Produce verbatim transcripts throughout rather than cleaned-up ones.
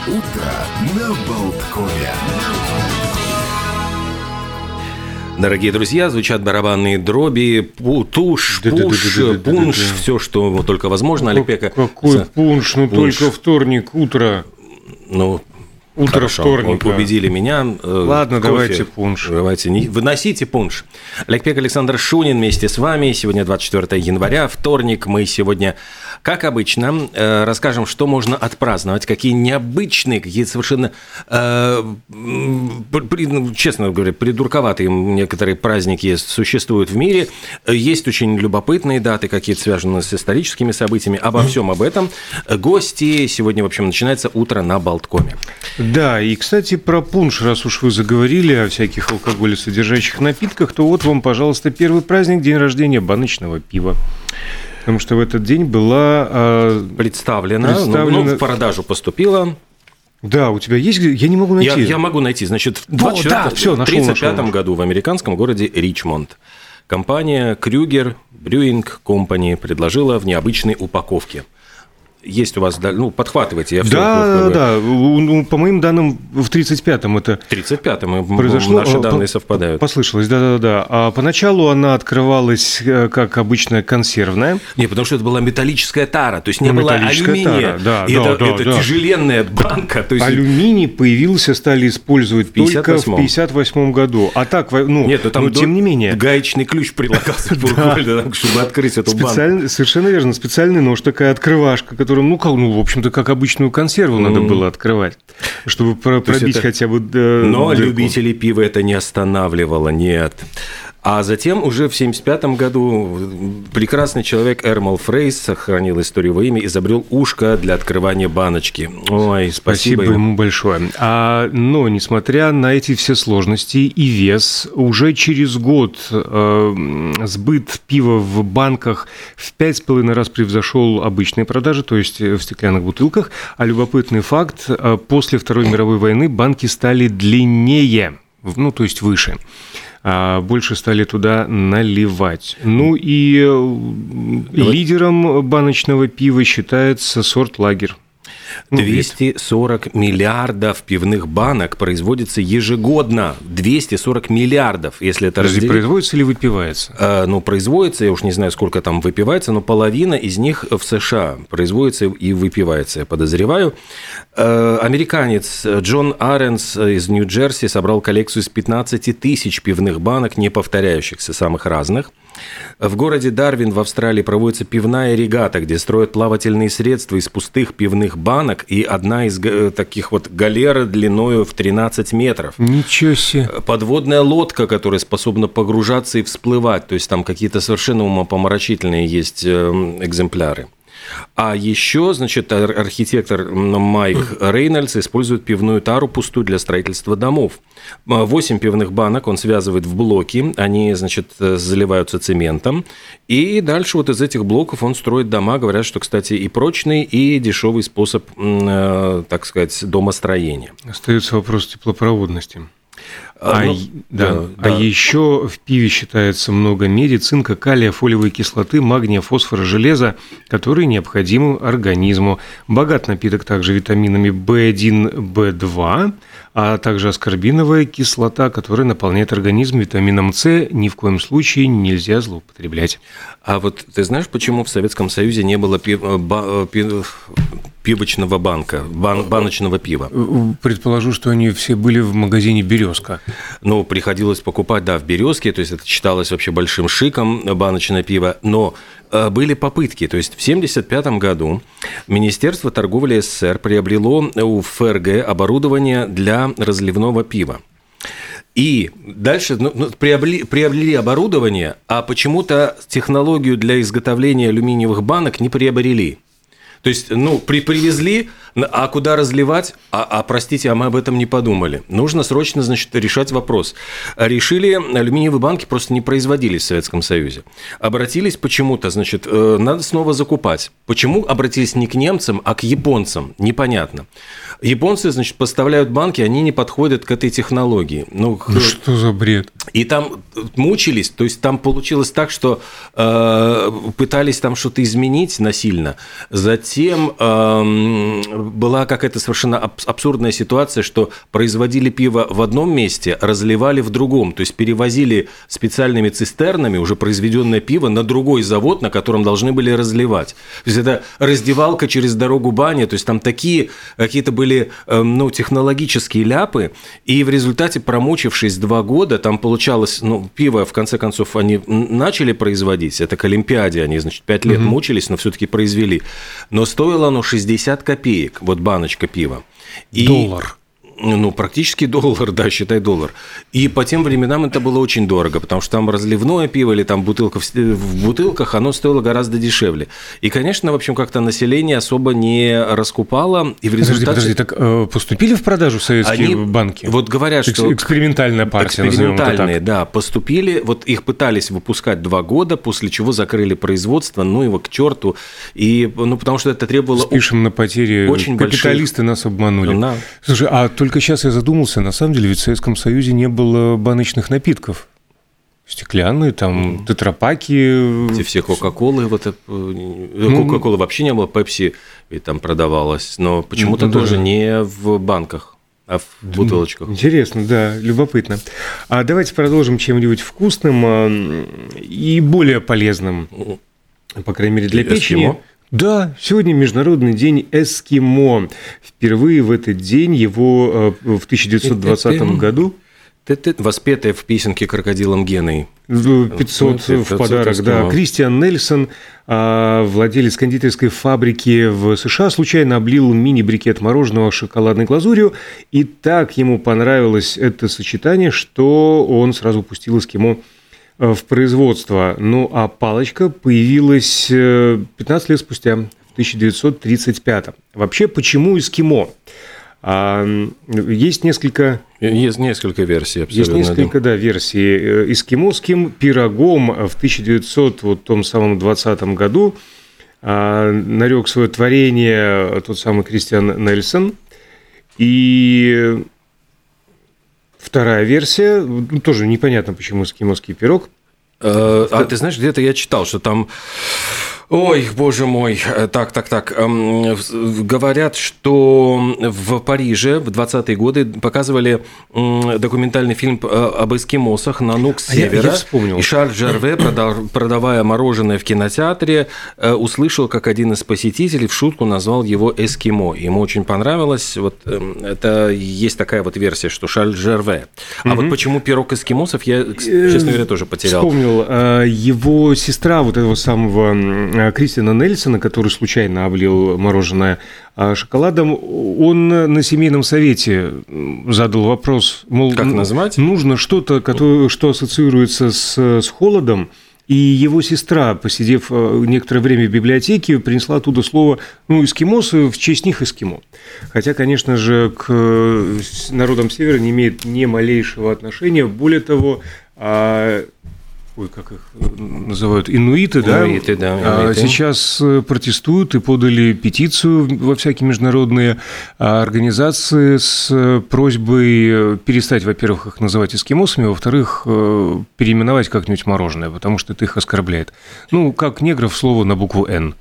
Утро на Болткове. Дорогие друзья, звучат барабанные дроби, пу, тушь, пуш, пунш, все, что только возможно. Олег Пека. Какой пунш? Ну, пунш. Только вторник, утро. Ну, утро хорошо, вторника. Убедили меня. Ладно, кофе. давайте пунш. Давайте, не... Выносите пунш. Олег Пек, Александр Шунин вместе с вами. Сегодня двадцать четвёртое января, вторник. Мы сегодня, как обычно, расскажем, что можно отпраздновать, какие необычные, какие совершенно, э, при, честно говоря, придурковатые некоторые праздники существуют в мире. Есть очень любопытные даты, какие-то связаны с историческими событиями. Обо всем об этом. Гости. Сегодня, в общем, начинается утро на Болткоме. Да, и, кстати, про пунш, раз уж вы заговорили о всяких алкоголесодержащих напитках, то вот вам, пожалуйста, первый праздник, день рождения баночного пива. Потому что в этот день была э, представлена, представлена... Ну, в продажу поступила. Да, у тебя есть? Я не могу найти. Я, я могу найти. Значит, в двадцать тридцать пятом году в американском городе Ричмонд компания Крюгер Брюинг Компани предложила в необычной упаковке. Есть у вас, ну, подхватывайте. Я все да, да, да. Ну, по моим данным, в тридцать пятом это тридцать пятом произошло. Наши данные совпадают. Послышалось, да-да-да. А поначалу она открывалась, как обычно, консервная. Не, потому что это была металлическая тара, то есть не было алюминия. Тара, да, и да, это да, это да. тяжеленная банка. То есть... Алюминий появился, стали использовать в только в пятьдесят восьмом году. А так, ну, Нет, но там но, тем не менее. Гаечный ключ прилагался, чтобы открыть эту банку. Совершенно верно. Специальный нож, такая открывашка, которым, ну, как, ну, в общем-то, как обычную консерву mm. надо было открывать, чтобы пробить это... хотя бы... Э, Но дырку. Любителей пива это не останавливало, нет. А затем уже в семьдесят пятом году прекрасный человек Эрмал Фрейс сохранил историю во имя, изобрел ушко для открывания баночки. Ой, спасибо, спасибо ему большое. А, но, несмотря на эти все сложности и вес, уже через год э, сбыт пива в банках в пять с половиной раз превзошел обычные продажи, то есть в стеклянных бутылках. А любопытный факт, после Второй мировой войны банки стали длиннее, ну, то есть выше. Больше стали туда наливать. Ну и лидером баночного пива считается сорт лагер. двести сорок миллиардов пивных банок производится ежегодно. двести сорок миллиардов, если это Подожди, разделить. производится или выпивается? А, ну, производится, я уж не знаю, сколько там выпивается, но половина из них в США производится и выпивается, я подозреваю. А, американец Джон Аренс из Нью-Джерси собрал коллекцию из пятнадцати тысяч пивных банок, не повторяющихся, самых разных. В городе Дарвин в Австралии проводится пивная регата, где строят плавательные средства из пустых пивных банок, и одна из таких вот галер длиною в тринадцать метров. Ничего себе. Подводная лодка, которая способна погружаться и всплывать, то есть там какие-то совершенно умопомрачительные есть экземпляры. А еще, значит, архитектор Майк Рейнольдс использует пивную тару пустую для строительства домов. Восемь пивных банок он связывает в блоки, они, значит, заливаются цементом, и дальше вот из этих блоков он строит дома. Говорят, что, кстати, и прочный, и дешевый способ, так сказать, домостроения. Остается вопрос теплопроводности. А, ну, да, да, а да. еще в пиве считается много меди, цинка, калия, фолиевой кислоты, магния, фосфора, железа, которые необходимы организму. Богат напиток также витаминами бэ один, бэ два, а также аскорбиновая кислота, которая наполняет организм витамином С. Ни в коем случае нельзя злоупотреблять. А вот ты знаешь, почему в Советском Союзе не было пив... пив... пивочного банка, бан... баночного пива? Предположу, что они все были в магазине «Березка». Ну, приходилось покупать, да, в «Березке», то есть это считалось вообще большим шиком, баночное пиво, но были попытки. То есть в семьдесят пятом году Министерство торговли СССР приобрело у ФРГ оборудование для разливного пива. И дальше ну, приобрели, приобрели оборудование, а почему-то технологию для изготовления алюминиевых банок не приобрели. То есть, ну, при, привезли, а куда разливать? А, а, простите, а мы об этом не подумали. Нужно срочно, значит, решать вопрос. Решили, алюминиевые банки просто не производились в Советском Союзе. Обратились почему-то, значит, надо снова закупать. Почему обратились не к немцам, а к японцам? Непонятно. Японцы, значит, поставляют банки, они не подходят к этой технологии. Ну, ну что за бред? И там мучились, то есть там получилось так, что э, пытались там что-то изменить насильно. Затем э, была какая-то совершенно абсурдная ситуация, что производили пиво в одном месте, разливали в другом, то есть перевозили специальными цистернами уже произведенное пиво на другой завод, на котором должны были разливать. То есть это раздевалка через дорогу бани, то есть там такие какие-то были ну, технологические ляпы, и в результате, промучившись два года, там получалось, ну, пиво, в конце концов, они начали производить, это к Олимпиаде, они, значит, пять лет mm-hmm. мучились, но все-таки произвели. Но стоило оно шестьдесят копеек, вот баночка пива. И... Доллар. Ну, практически доллар, да, считай доллар. И по тем временам это было очень дорого, потому что там разливное пиво или там бутылка в, в бутылках, оно стоило гораздо дешевле. И, конечно, в общем, как-то население особо не раскупало. И в результате... Подожди, подожди, так э, поступили в продажу советские Они, банки? Вот говорят, что... Экспериментальная партия, назовем это так. Экспериментальные, да, поступили. Вот их пытались выпускать два года, после чего закрыли производство, ну его к черту. И, ну, потому что это требовало... Спишем на потери. Очень Капиталисты больших... нас обманули. Да. Слушай, а только Только сейчас я задумался, на самом деле, ведь в Советском Союзе не было баночных напитков. Стеклянные, там, тетрапаки. Эти все Кока-Колы, вот, ну, Кока-Колы вообще не было, Пепси ведь там продавалось, но почему-то ну, тоже да. не в банках, а в бутылочках. Интересно, да, любопытно. А давайте продолжим чем-нибудь вкусным и более полезным, по крайней мере, для печени. Эскимо? Да, сегодня Международный день эскимо. Впервые в этот день его в тысяча девятьсот двадцатом году... Воспетая в песенке крокодилом Геной. пятьсот в подарок, эскимо. Да. Кристиан Нельсон, владелец кондитерской фабрики в США, случайно облил мини-брикет мороженого шоколадной глазурью, и так ему понравилось это сочетание, что он сразу пустил эскимо в производство. Ну, а палочка появилась пятнадцать лет спустя, в тысяча девятьсот тридцать пятом. Вообще, почему эскимо? Есть несколько... Есть несколько версий, абсолютно. Есть несколько, да, версий. Эскимосским пирогом в тысяча девятьсот двадцатом году нарек свое творение тот самый Кристиан Нельсон. И вторая версия, тоже непонятно, почему эскимосский пирог. А, а ты знаешь, где-то я читал, что там... Ой, боже мой, так, так, так, говорят, что в Париже в двадцатые годы показывали документальный фильм об эскимосах «Нанук с севера», я, я вспомнил. И Шарль Жерве, продавая мороженое в кинотеатре, услышал, как один из посетителей в шутку назвал его эскимо. Ему очень понравилось, вот это есть такая вот версия, что Шарль Жерве. А mm-hmm. вот почему пирог эскимосов, я, честно говоря, тоже потерял. Вспомнил, его сестра вот этого самого... Кристиана Нельсона, который случайно облил мороженое шоколадом, он на семейном совете задал вопрос, мол, как назвать? Нужно что-то, что ассоциируется с, с холодом, и его сестра, посидев некоторое время в библиотеке, принесла оттуда слово, ну, эскимосы, в честь них эскимо. Хотя, конечно же, к народам Севера не имеет ни малейшего отношения. Более того, ой, как их называют, инуиты, да? Инуиты, да. Инуиты. Сейчас протестуют и подали петицию во всякие международные организации с просьбой перестать, во-первых, их называть эскимосами, во-вторых, переименовать как-нибудь мороженое, потому что это их оскорбляет. Ну, как негров слово на букву «Н».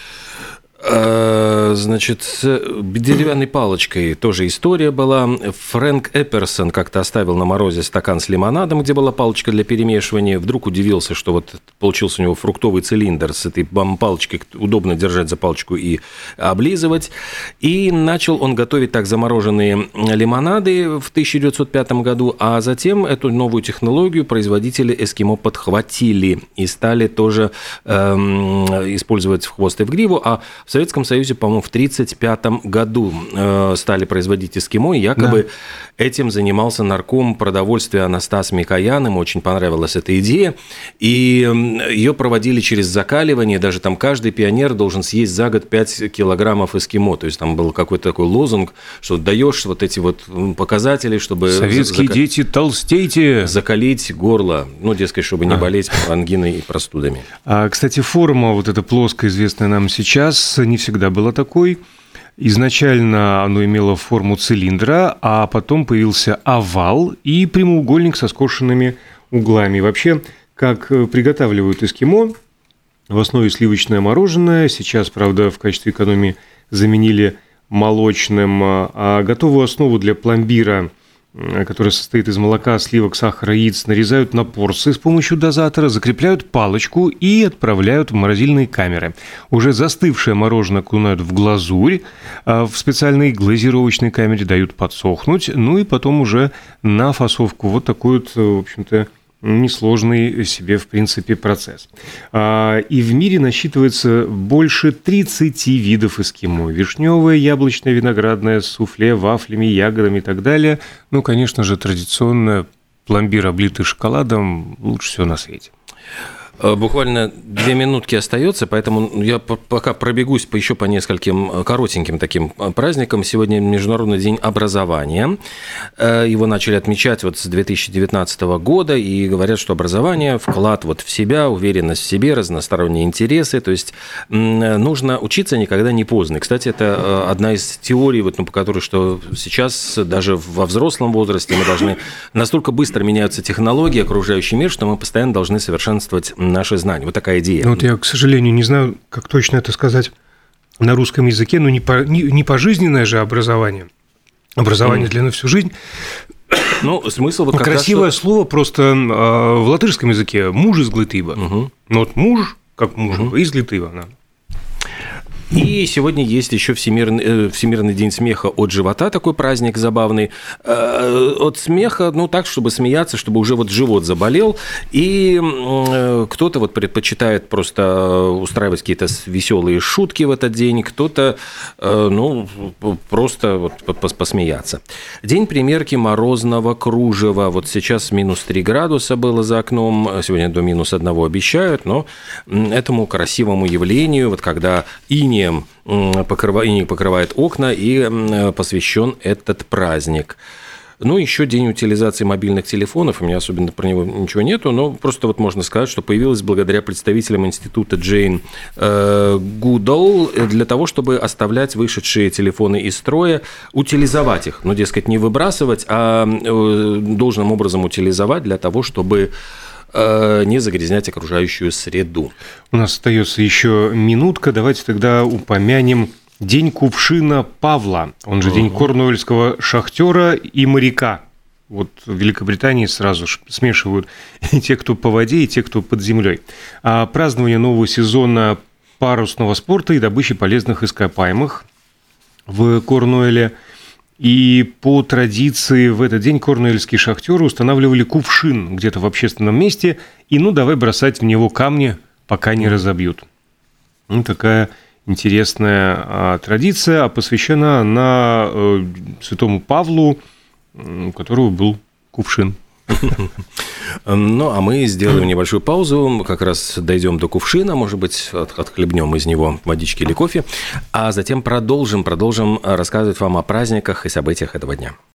Значит, с деревянной палочкой тоже история была. Фрэнк Эпперсон как-то оставил на морозе стакан с лимонадом, где была палочка для перемешивания. Вдруг удивился, что вот получился у него фруктовый цилиндр с этой палочкой, удобно держать за палочку и облизывать. И начал он готовить так замороженные лимонады в тысяча девятьсот пятом году, а затем эту новую технологию производители эскимо подхватили и стали тоже эм, использовать в хвост и в гриву, а в Советском Союзе, по-моему, в тридцать пятом году стали производить эскимо, и якобы да. этим занимался нарком продовольствия Анастас Микоян, ему очень понравилась эта идея, и ее проводили через закаливание, даже там каждый пионер должен съесть за год пять килограммов эскимо, то есть там был какой-то такой лозунг, что даешь вот эти вот показатели, чтобы... Советские зак... дети, толстейте! Закалить горло, ну, дескать, чтобы не а. болеть ангиной и простудами. А, кстати, форма вот эта плоская, известная нам сейчас, не всегда была такой. Изначально оно имело форму цилиндра, а потом появился овал и прямоугольник со скошенными углами. Вообще, как приготавливают эскимо, в основе сливочное мороженое. Сейчас, правда, в качестве экономии заменили молочным, а готовую основу для пломбира, которая состоит из молока, сливок, сахара, яиц, нарезают на порции с помощью дозатора, закрепляют палочку и отправляют в морозильные камеры. Уже застывшее мороженое окунают в глазурь, а в специальной глазировочной камере дают подсохнуть, ну и потом уже на фасовку. Вот такой вот, в общем-то, несложный себе, в принципе, процесс. И в мире насчитывается больше тридцати видов эскимо. Вишневое, яблочное, виноградное, суфле, вафлями, ягодами и так далее. Ну, конечно же, традиционное пломбир, облитый шоколадом, лучше всего на свете. Буквально две минутки остается, поэтому я пока пробегусь еще по нескольким коротеньким таким праздникам. Сегодня Международный день образования. Его начали отмечать вот с две тысячи девятнадцатого года, и говорят, что образование – вклад вот в себя, уверенность в себе, разносторонние интересы. То есть нужно учиться никогда не поздно. Кстати, это одна из теорий, вот, ну, по которой что сейчас даже во взрослом возрасте мы должны… Настолько быстро меняются технологии, окружающий мир, что мы постоянно должны совершенствовать наши знания. Вот такая идея. Вот я, к сожалению, не знаю, как точно это сказать на русском языке, но не, по, не, не пожизненное же образование. Образование mm. для на всю жизнь. Ну, смысл вот как красивое раз, что... слово просто э, в латышском языке «муж из Глытыба». Угу. Ну, вот муж, как муж, угу. из Глытыба. Да. И сегодня есть еще Всемирный, Всемирный день смеха от живота, такой праздник забавный. От смеха, ну так, чтобы смеяться, чтобы уже вот живот заболел. И кто-то вот предпочитает просто устраивать какие-то веселые шутки в этот день, кто-то, ну, просто вот посмеяться. День примерки морозного кружева. Вот сейчас минус три градуса было за окном, сегодня до минус одного обещают, но этому красивому явлению, вот когда иней покрывает, покрывает окна, и посвящен этот праздник. Ну, еще день утилизации мобильных телефонов. У меня особенно про него ничего нету, но просто вот можно сказать, что появилась благодаря представителям института Джейн Гудолл для того, чтобы оставлять вышедшие телефоны из строя, утилизовать их. Ну, дескать, не выбрасывать, а должным образом утилизовать для того, чтобы не загрязнять окружающую среду. У нас остается еще минутка. Давайте тогда упомянем День кувшина Павла, он же uh-huh. День корнуэльского шахтера и моряка. Вот в Великобритании сразу смешивают и те, кто по воде, и те, кто под землей. А празднование нового сезона парусного спорта и добычи полезных ископаемых в Корнуэле. И по традиции в этот день корнуэльские шахтеры устанавливали кувшин где-то в общественном месте, и ну давай бросать в него камни, пока не разобьют. Ну, такая интересная а, традиция, а посвящена она э, святому Павлу, у которого был кувшин. Ну, а мы сделаем небольшую паузу, как раз дойдем до кувшина, может быть, отхлебнем из него водички или кофе, а затем продолжим, продолжим рассказывать вам о праздниках и событиях этого дня.